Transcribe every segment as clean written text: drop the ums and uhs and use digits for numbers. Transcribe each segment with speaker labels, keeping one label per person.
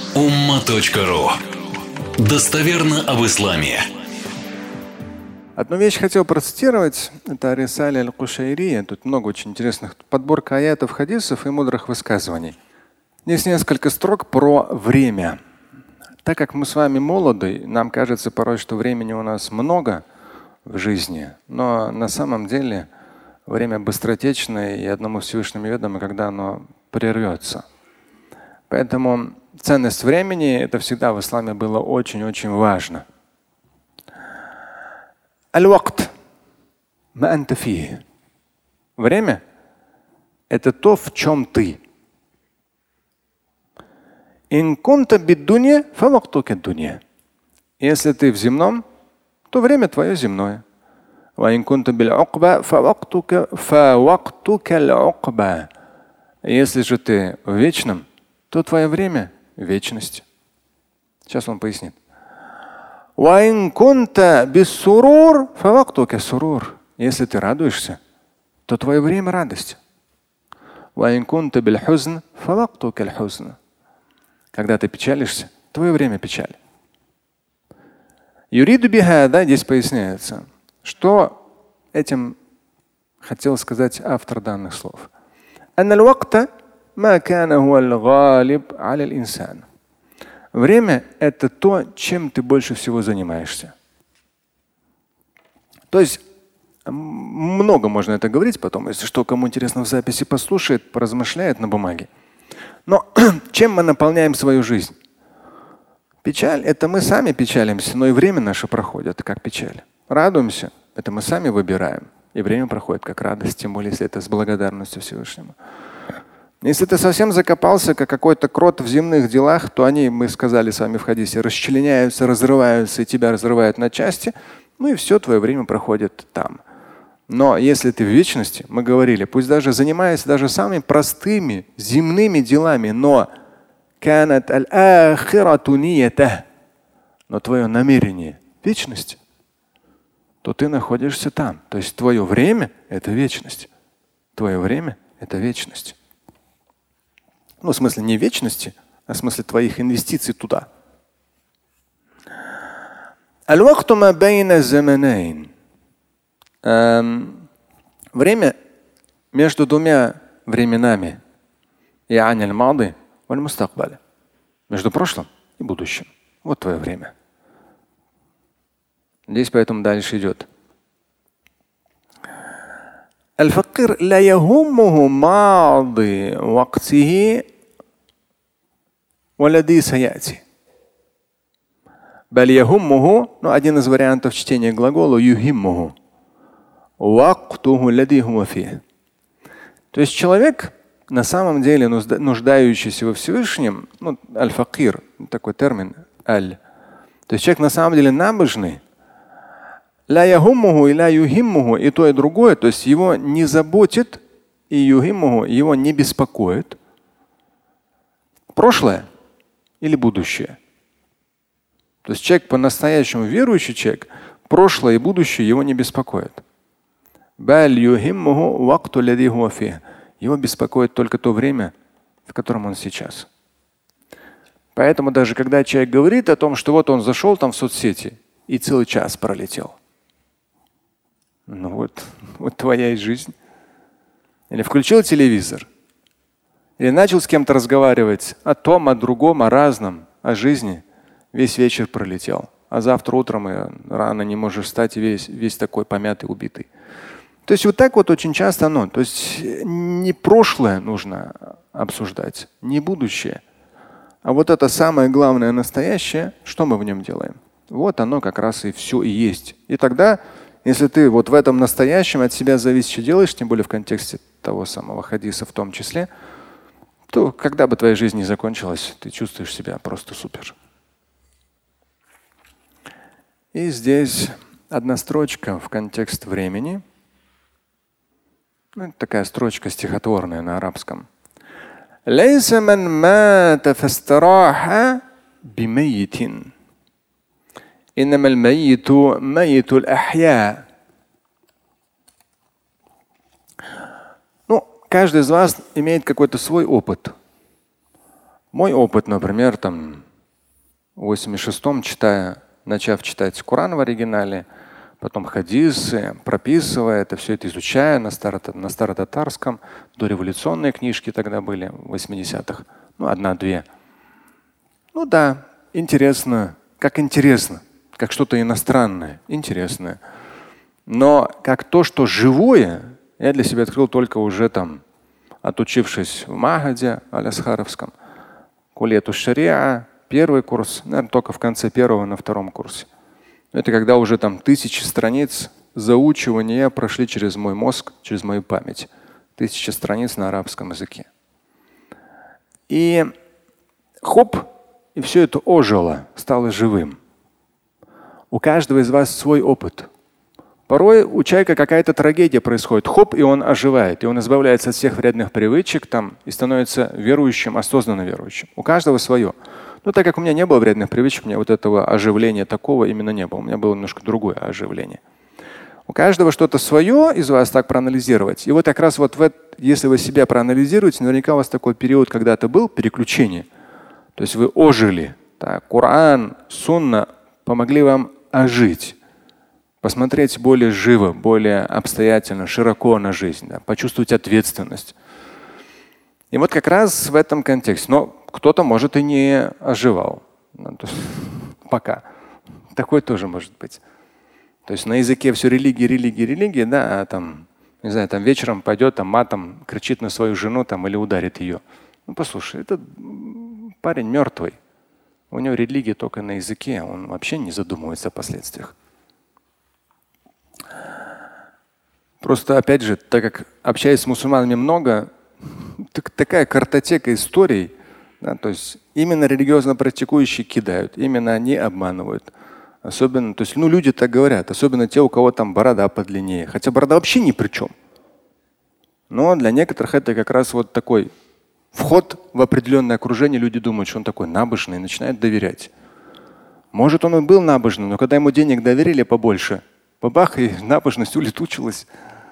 Speaker 1: umma.ru. Достоверно об исламе.
Speaker 2: Одну вещь хотел процитировать. Это Рисаля аль-Кушайрия. Тут много очень интересных подборка аятов, хадисов и мудрых высказываний. Здесь несколько строк про время. Так как мы с вами молоды, нам кажется порой, что времени у нас много в жизни, но на самом деле время быстротечное, и одному Всевышнему ведомо, когда оно прервется. Поэтому ценность времени — это всегда в исламе было очень-очень важно. Аль-вакт ма анта фихи. Время — это то, в чем ты. Ин кунта бид-дунья фа-вактука ад-дунья. Если ты в земном, то время твое земное. Ва ин кунта биль-укба фа-вактука аль-укба. Если же ты в вечном, то твое время — вечность. Сейчас он пояснит. Если ты радуешься, то твое время — радость. Когда ты печалишься, твое время — печаль. Юриду бихада, здесь поясняется, что этим хотел сказать автор данных слов. Время — это то, чем ты больше всего занимаешься. То есть много можно это говорить потом, если что, кому интересно в записи, послушает, поразмышляет на бумаге. Но чем мы наполняем свою жизнь? Печаль — это мы сами печалимся, но и время наше проходит как печаль. Радуемся — это мы сами выбираем, и время проходит как радость, тем более если это с благодарностью Всевышнему. Если ты совсем закопался, как какой-то крот в земных делах, то они, мы сказали с вами в хадисе, расчленяются, разрываются и тебя разрывают на части. Ну и все, твое время проходит там. Но если ты в вечности, мы говорили, пусть даже занимаясь даже самыми простыми земными делами, но твое намерение — вечность, то ты находишься там. То есть твое время — это вечность. Твое время — это вечность. Ну, в смысле не вечности, а в смысле твоих инвестиций туда. Время между двумя временами. Между прошлым и будущим. Вот твое время. Здесь поэтому дальше идет. الفقير لا يهمه ماضي وقته والذي سيأتي. بل يهمه, один из вариантов чтения глагола يهمه وقته الذي هو فيه. То есть человек, на самом деле нуждающийся во Всевышнем, аль-факир, такой термин, аль. То есть человек на самом деле набожный, ля яхуммуху и ля юхиммуху, и то, и другое, то есть его не заботит, и юхиммуху его не беспокоит прошлое или будущее. То есть человек по-настоящему верующий человек, прошлое и будущее его не беспокоит. Его беспокоит только то время, в котором он сейчас. Поэтому даже когда человек говорит о том, что вот он зашел там в соцсети и целый час пролетел. Вот твоя и жизнь. Или включил телевизор, или начал с кем-то разговаривать о том, о другом, о разном, о жизни. Весь вечер пролетел. А завтра утром рано не можешь встать, и весь такой помятый, убитый. То есть вот так вот очень часто оно. То есть не прошлое нужно обсуждать, не будущее. А вот это самое главное настоящее, что мы в нем делаем? Вот оно как раз и все и есть. И тогда, если ты вот в этом настоящем от себя зависящее делаешь, тем более в контексте того самого хадиса в том числе, то когда бы твоя жизнь не закончилась, ты чувствуешь себя просто супер. И здесь одна строчка в контекст времени. Это такая строчка стихотворная на арабском. ليس من مات فاستراح بميت إنما الميت ميت الأحياء. Каждый из вас имеет какой-то свой опыт. Мой опыт, например, там в 86-м, начав читать Коран в оригинале, потом хадисы, прописывая это, все это изучая на старотатарском, дореволюционные книжки тогда были в 80-х, ну, одна-две. Ну да, интересно, как что-то иностранное, интересное. Но как то, что живое, я для себя открыл только уже там, отучившись в Магаде Аль-Асхаровском, Кулияту Шариа, первый курс, наверное, только в конце первого на втором курсе. Это когда уже там 1000 страниц заучивания прошли через мой мозг, через мою память. 1000 страниц на арабском языке. И хоп, и все это ожило, стало живым. У каждого из вас свой опыт. Порой у человека какая-то трагедия происходит, хоп, и он оживает, и он избавляется от всех вредных привычек там, и становится верующим, осознанно верующим. У каждого свое. Но так как у меня не было вредных привычек, у меня вот этого оживления такого именно не было. У меня было немножко другое оживление. У каждого что-то свое из вас так проанализировать. И вот как раз если вы себя проанализируете, наверняка у вас такой период когда-то был, переключение. То есть вы ожили. Так, Коран, Сунна помогли вам ожить. Посмотреть более живо, более обстоятельно, широко на жизнь, да, почувствовать ответственность. И вот как раз в этом контексте. Но кто-то, может, и не оживал. Пока. Такое тоже может быть. То есть на языке все религия, да, а там, не знаю, там вечером пойдет, там матом кричит на свою жену там, или ударит ее. Ну послушай, этот парень мертвый. У него религия только на языке, он вообще не задумывается о последствиях. Просто, опять же, так как общаюсь с мусульманами много, такая картотека историй, да, то есть именно религиозно практикующие кидают, именно они обманывают. Особенно, то есть, люди так говорят, особенно те, у кого там борода подлиннее. Хотя борода вообще ни при чем. Но для некоторых это как раз вот такой вход в определенное окружение. Люди думают, что он такой набожный, и начинают доверять. Может, он и был набожным, но когда ему денег доверили побольше, бабах, и набожность улетучилась.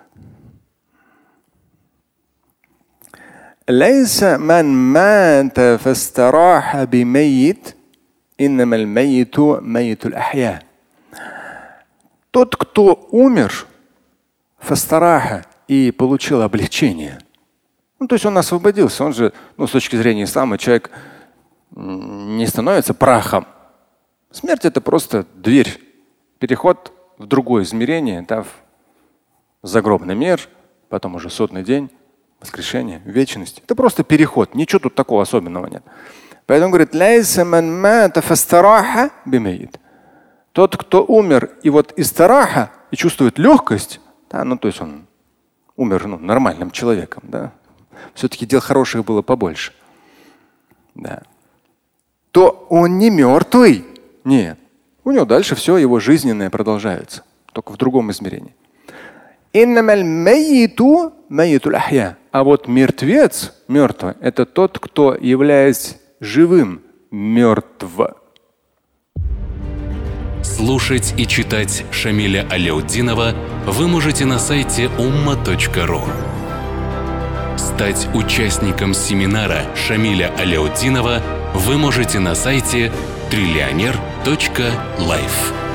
Speaker 2: ليس من مات فاستراح بميت إنما الميت ميت الأحياء. Тот, кто умер, фастараха, и получил облегчение. То есть он освободился. Он же, с точки зрения ислама, человек не становится прахом. Смерть — это просто дверь, переход в другое измерение, да, в загробный мир, потом уже судный день. Воскрешение, вечность. Это просто переход. Ничего тут такого особенного нет. Поэтому говорит, тот, кто умер и истараха, и чувствует легкость, да, то есть он умер нормальным человеком, да. Все-таки дел хороших было побольше. Да. То он не мертвый. Нет. У него дальше все его жизненное продолжается. Только в другом измерении. А вот мертвец, мертвый, это тот, кто, являясь живым, мертв.
Speaker 1: Слушать и читать Шамиля Аляутдинова вы можете на сайте umma.ru. Стать участником семинара Шамиля Аляутдинова вы можете на сайте trillioner.life.